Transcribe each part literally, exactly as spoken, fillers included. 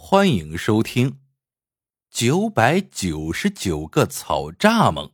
欢迎收听《九百九十九个草蚱蜢》。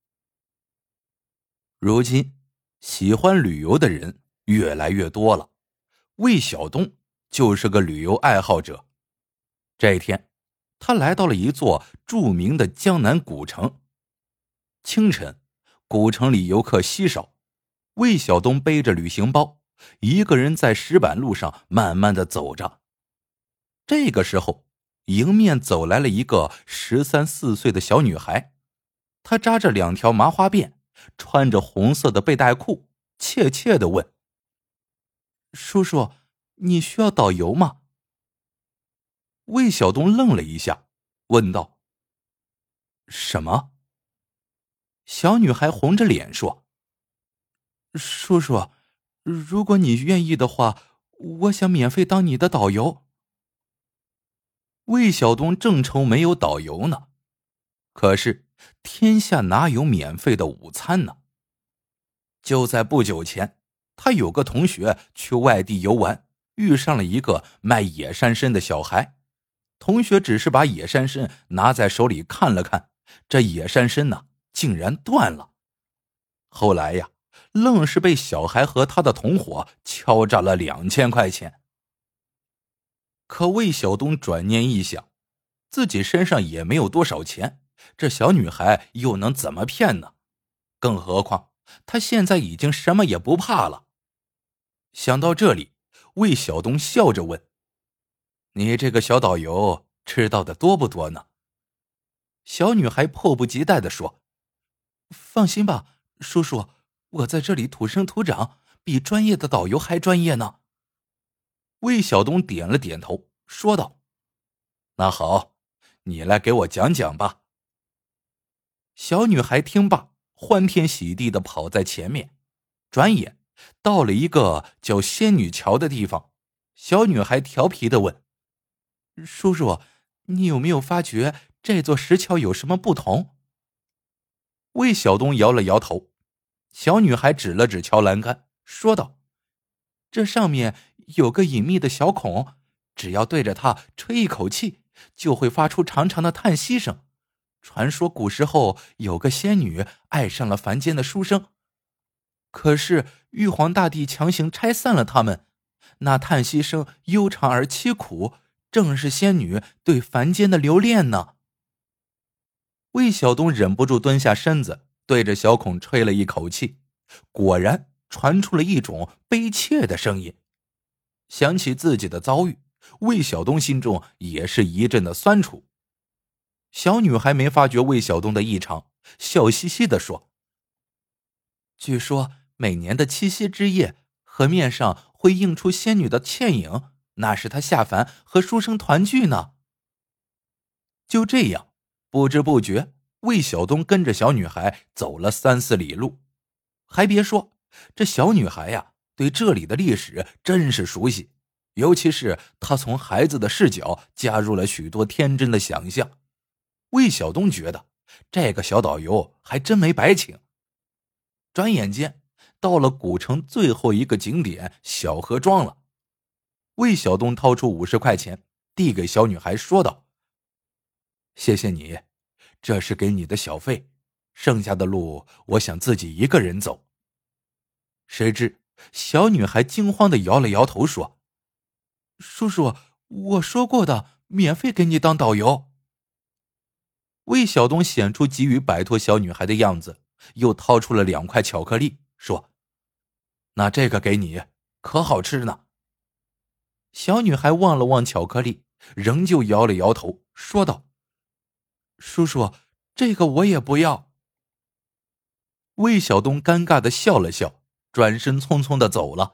如今，喜欢旅游的人越来越多了，魏晓东就是个旅游爱好者。这一天，他来到了一座著名的江南古城。清晨，古城里游客稀少，魏晓东背着旅行包，一个人在石板路上慢慢的走着。这个时候，迎面走来了一个十三四岁的小女孩，她扎着两条麻花辫，穿着红色的背带裤，怯怯地问：“叔叔，你需要导游吗？”魏晓东愣了一下，问道：“什么？”小女孩红着脸说：“叔叔，如果你愿意的话，我想免费当你的导游。”魏晓东正愁没有导游呢，可是天下哪有免费的午餐呢？就在不久前，他有个同学去外地游玩，遇上了一个卖野山参的小孩。同学只是把野山参拿在手里看了看，这野山参呢，竟然断了。后来呀，愣是被小孩和他的同伙敲诈了两千块钱。可魏晓东转念一想，自己身上也没有多少钱，这小女孩又能怎么骗呢？更何况他现在已经什么也不怕了。想到这里，魏晓东笑着问：“你这个小导游知道的多不多呢？”小女孩迫不及待地说：“放心吧，叔叔，我在这里土生土长，比专业的导游还专业呢。”魏晓东点了点头，说道：“那好，你来给我讲讲吧。”小女孩听罢，欢天喜地地跑在前面。转眼到了一个叫仙女桥的地方，小女孩调皮地问：“叔叔，你有没有发觉这座石桥有什么不同？”魏晓东摇了摇头。小女孩指了指桥栏杆，说道：“这上面有个隐秘的小孔，只要对着它吹一口气，就会发出长长的叹息声。传说古时候有个仙女爱上了凡间的书生，可是玉皇大帝强行拆散了他们，那叹息声悠长而凄苦，正是仙女对凡间的留恋呢。”魏晓东忍不住蹲下身子，对着小孔吹了一口气，果然传出了一种悲切的声音。想起自己的遭遇，魏晓东心中也是一阵的酸楚。小女孩没发觉魏晓东的异常，笑嘻嘻地说：“据说每年的七夕之夜，河面上会映出仙女的倩影，那是她下凡和书生团聚呢。”就这样，不知不觉，魏晓东跟着小女孩走了三四里路。还别说，这小女孩呀，对这里的历史真是熟悉，尤其是她从孩子的视角加入了许多天真的想象。魏晓东觉得这个小导游还真没白请。转眼间到了古城最后一个景点小河庄了。魏晓东掏出五十块钱递给小女孩，说道：“谢谢你，这是给你的小费，剩下的路我想自己一个人走。”谁知小女孩惊慌地摇了摇头，说：“叔叔，我说过的，免费给你当导游。”魏晓东显出急于摆脱小女孩的样子，又掏出了两块巧克力，说：“那这个给你，可好吃呢。”小女孩望了望巧克力，仍旧摇了摇头，说道：“叔叔，这个我也不要。”魏晓东尴尬地笑了笑，转身匆匆地走了。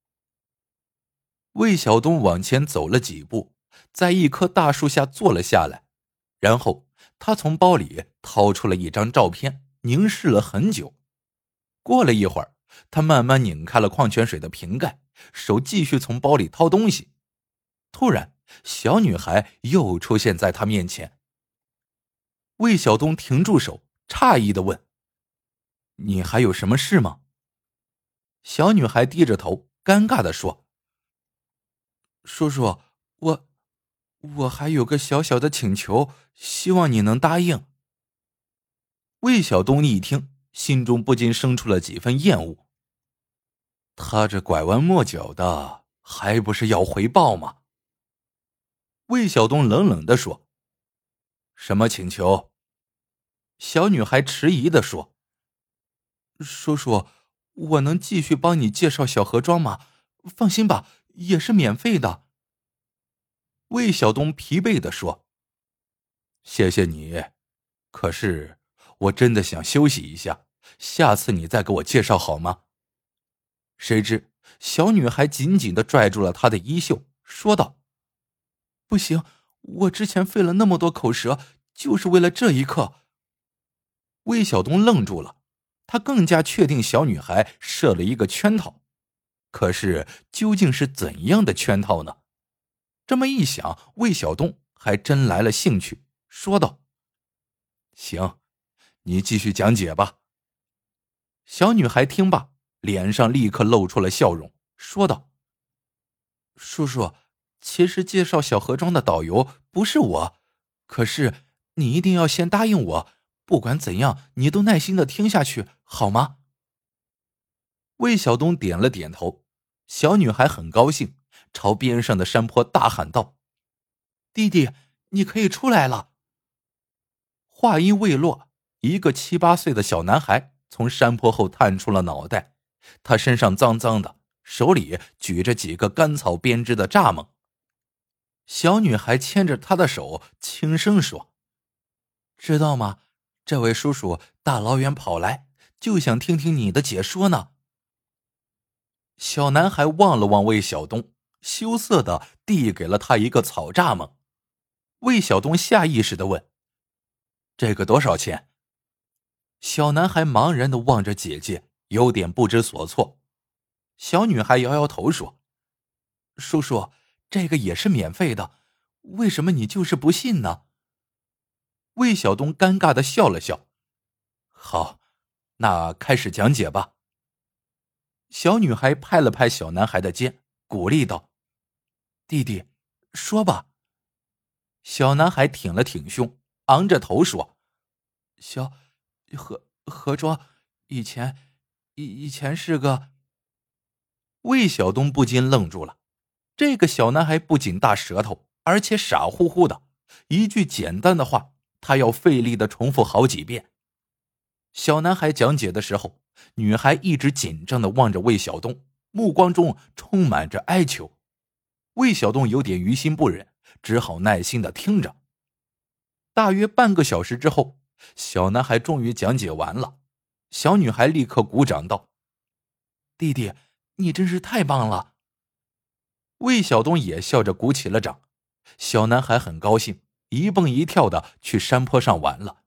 魏晓东往前走了几步，在一棵大树下坐了下来，然后他从包里掏出了一张照片，凝视了很久。过了一会儿，他慢慢拧开了矿泉水的瓶盖，手继续从包里掏东西。突然，小女孩又出现在他面前。魏晓东停住手，诧异地问：“你还有什么事吗？”小女孩低着头，尴尬地说：“叔叔，我我还有个小小的请求，希望你能答应。”魏晓东一听，心中不禁生出了几分厌恶。他这拐弯抹角的，还不是要回报吗？魏晓东冷冷地说：“什么请求？”小女孩迟疑地说：“叔叔，我能继续帮你介绍小河庄吗？放心吧，也是免费的。”魏晓东疲惫地说：“谢谢你，可是我真的想休息一下，下次你再给我介绍好吗？”谁知小女孩紧紧地拽住了他的衣袖，说道：“不行，我之前费了那么多口舌，就是为了这一刻。”魏晓东愣住了，他更加确定小女孩设了一个圈套。可是究竟是怎样的圈套呢？这么一想，魏晓东还真来了兴趣，说道：“行，你继续讲解吧。”小女孩听罢，脸上立刻露出了笑容，说道：“叔叔，其实介绍小河庄的导游不是我，可是你一定要先答应我，不管怎样你都耐心的听下去，好吗？”魏晓东点了点头，小女孩很高兴，朝边上的山坡大喊道：“弟弟，你可以出来了。”话音未落，一个七八岁的小男孩从山坡后探出了脑袋，他身上脏脏的，手里举着几个干草编织的蚱蜢。小女孩牵着他的手，轻声说：“知道吗？这位叔叔大老远跑来，就想听听你的解说呢。”小男孩望了望魏晓东，羞涩地递给了他一个草蚱蜢。魏晓东下意识地问：“这个多少钱？”小男孩茫然地望着姐姐，有点不知所措。小女孩摇摇头说：“叔叔，这个也是免费的，为什么你就是不信呢？”魏晓东尴尬地笑了笑：“好，那开始讲解吧。”小女孩拍了拍小男孩的肩，鼓励道：“弟弟，说吧。”小男孩挺了挺胸，昂着头说：“小河河庄以前以以前是个……”魏晓东不禁愣住了。这个小男孩不仅大舌头，而且傻乎乎的，一句简单的话，他要费力的重复好几遍。小男孩讲解的时候，女孩一直紧张的望着魏晓东，目光中充满着哀求。魏晓东有点于心不忍，只好耐心的听着。大约半个小时之后，小男孩终于讲解完了。小女孩立刻鼓掌道：“弟弟，你真是太棒了。”魏晓东也笑着鼓起了掌。小男孩很高兴，一蹦一跳的去山坡上玩了。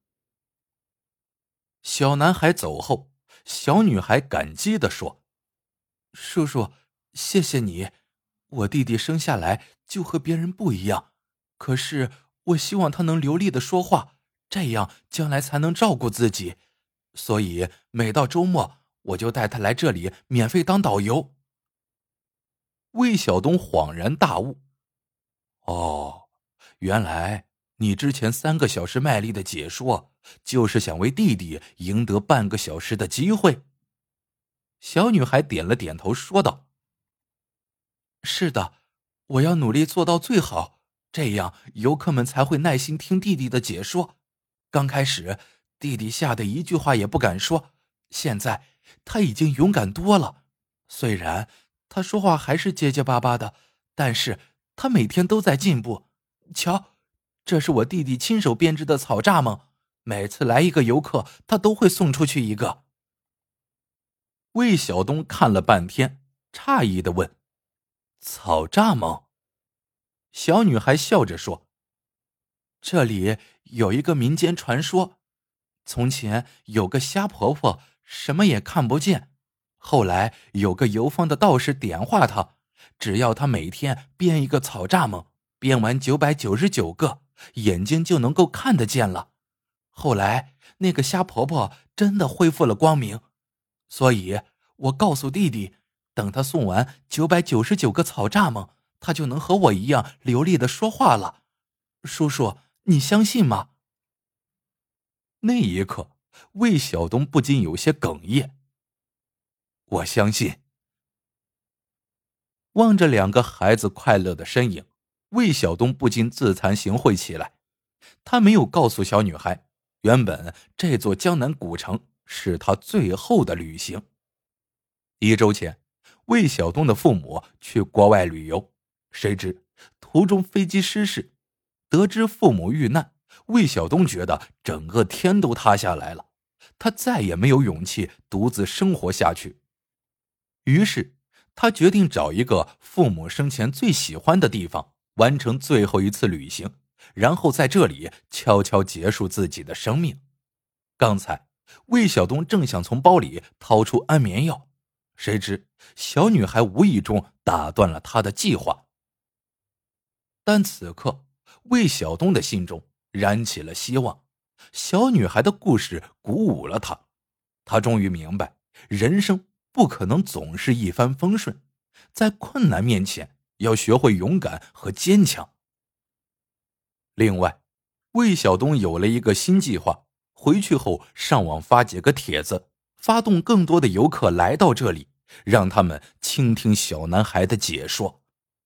小男孩走后，小女孩感激地说：“叔叔，谢谢你。我弟弟生下来就和别人不一样，可是我希望他能流利的说话，这样将来才能照顾自己。所以每到周末，我就带他来这里免费当导游。”魏晓东恍然大悟：“哦，原来你之前三个小时卖力的解说，就是想为弟弟赢得半个小时的机会。”小女孩点了点头，说道：“是的，我要努力做到最好，这样游客们才会耐心听弟弟的解说。刚开始，弟弟吓得一句话也不敢说，现在他已经勇敢多了。虽然他说话还是结结巴巴的，但是他每天都在进步。瞧，这是我弟弟亲手编织的草蚱蜢，每次来一个游客，他都会送出去一个。”魏晓东看了半天，诧异地问：“草蚱蜢？”小女孩笑着说：“这里有一个民间传说，从前有个瞎婆婆，什么也看不见。后来有个游方的道士点化她，只要她每天编一个草蚱蜢，编完九百九十九个，眼睛就能够看得见了。后来那个瞎婆婆真的恢复了光明，所以我告诉弟弟，等他送完九百九十九个草蚱蜢，他就能和我一样流利的说话了。 叔叔，你相信吗？那一刻，魏晓东不禁有些哽咽。我相信。望着两个孩子快乐的身影，魏晓东不禁自惭形秽起来。他没有告诉小女孩，原本这座江南古城是他最后的旅行。一周前，魏晓东的父母去国外旅游，谁知途中飞机失事，得知父母遇难，魏晓东觉得整个天都塌下来了，他再也没有勇气独自生活下去。于是他决定找一个父母生前最喜欢的地方，完成最后一次旅行，然后在这里悄悄结束自己的生命。刚才魏晓东正想从包里掏出安眠药，谁知小女孩无意中打断了他的计划。但此刻魏晓东的心中燃起了希望，小女孩的故事鼓舞了他，他终于明白，人生不可能总是一帆风顺，在困难面前要学会勇敢和坚强。另外，魏晓东有了一个新计划，回去后上网发几个帖子，发动更多的游客来到这里，让他们倾听小男孩的解说。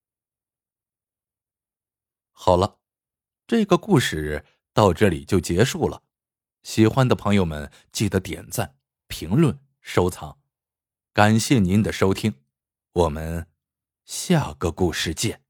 好了，这个故事到这里就结束了。喜欢的朋友们记得点赞、评论、收藏。感谢您的收听，我们下个故事见。